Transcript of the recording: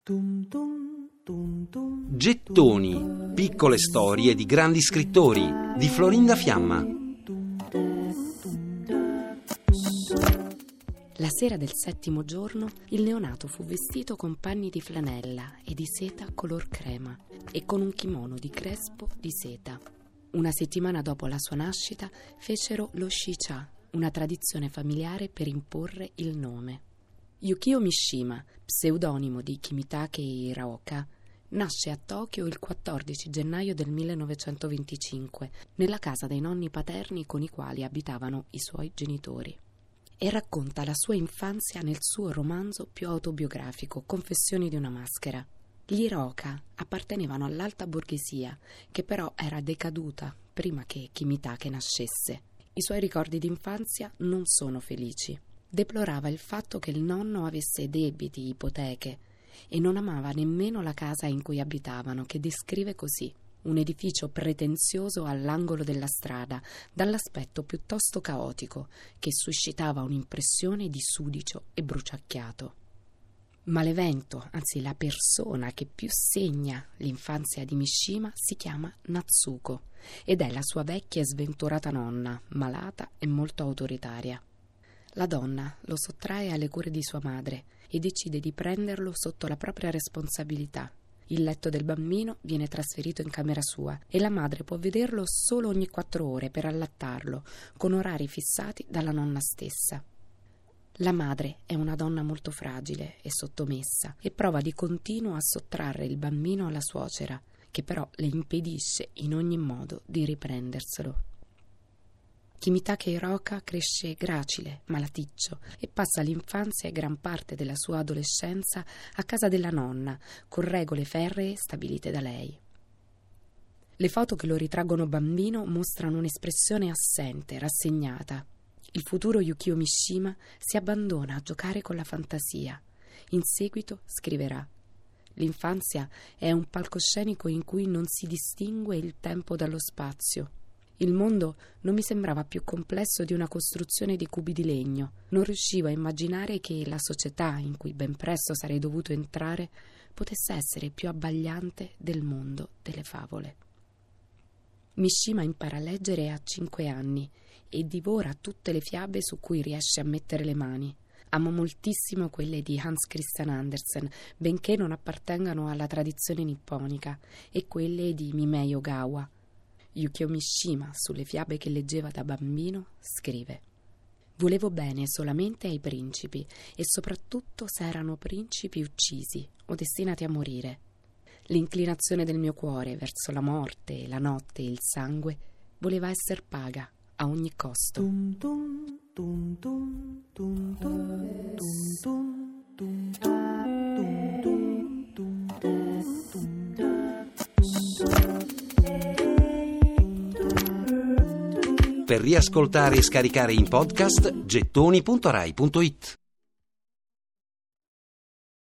Gettoni, piccole storie di grandi scrittori di Florinda Fiamma. La sera del 7° giorno il neonato fu vestito con panni di flanella e di seta color crema e con un kimono di crespo di seta. Una settimana dopo la sua nascita fecero lo shicha, una tradizione familiare per imporre il nome. Yukio Mishima, pseudonimo di Kimitake Hiraoka, nasce a Tokyo il 14 gennaio del 1925 nella casa dei nonni paterni con i quali abitavano i suoi genitori, e racconta la sua infanzia nel suo romanzo più autobiografico, Confessioni di una maschera. Gli Hiraoka appartenevano all'alta borghesia, che però era decaduta prima che Kimitake nascesse. I suoi ricordi d'infanzia non sono felici. Deplorava il fatto che il nonno avesse debiti, ipoteche, e non amava nemmeno la casa in cui abitavano, che descrive così: un edificio pretenzioso all'angolo della strada, dall'aspetto piuttosto caotico, che suscitava un'impressione di sudicio e bruciacchiato. Ma l'evento, anzi la persona che più segna l'infanzia di Mishima si chiama Natsuko ed è la sua vecchia e sventurata nonna, malata e molto autoritaria. La donna lo sottrae alle cure di sua madre e decide di prenderlo sotto la propria responsabilità. Il letto del bambino viene trasferito in camera sua e la madre può vederlo solo ogni 4 ore per allattarlo, con orari fissati dalla nonna stessa. La madre è una donna molto fragile e sottomessa e prova di continuo a sottrarre il bambino alla suocera, che però le impedisce in ogni modo di riprenderselo. Kimitake Hiraoka cresce gracile, malaticcio e passa l'infanzia e gran parte della sua adolescenza a casa della nonna, con regole ferree stabilite da lei. Le foto che lo ritraggono bambino mostrano un'espressione assente, rassegnata. Il futuro Yukio Mishima si abbandona a giocare con la fantasia. In seguito scriverà: l'infanzia è un palcoscenico in cui non si distingue il tempo dallo spazio. Il mondo non mi sembrava più complesso di una costruzione di cubi di legno. Non riuscivo a immaginare che la società in cui ben presto sarei dovuto entrare potesse essere più abbagliante del mondo delle favole. Mishima impara a leggere a 5 anni e divora tutte le fiabe su cui riesce a mettere le mani. Ama moltissimo quelle di Hans Christian Andersen, benché non appartengano alla tradizione nipponica, e quelle di Mimei Ogawa. Yukio Mishima, sulle fiabe che leggeva da bambino, scrive: volevo bene solamente ai principi, e soprattutto se erano principi uccisi o destinati a morire. L'inclinazione del mio cuore verso la morte, la notte e il sangue voleva esser paga a ogni costo. Per riascoltare e scaricare in podcast gettoni.rai.it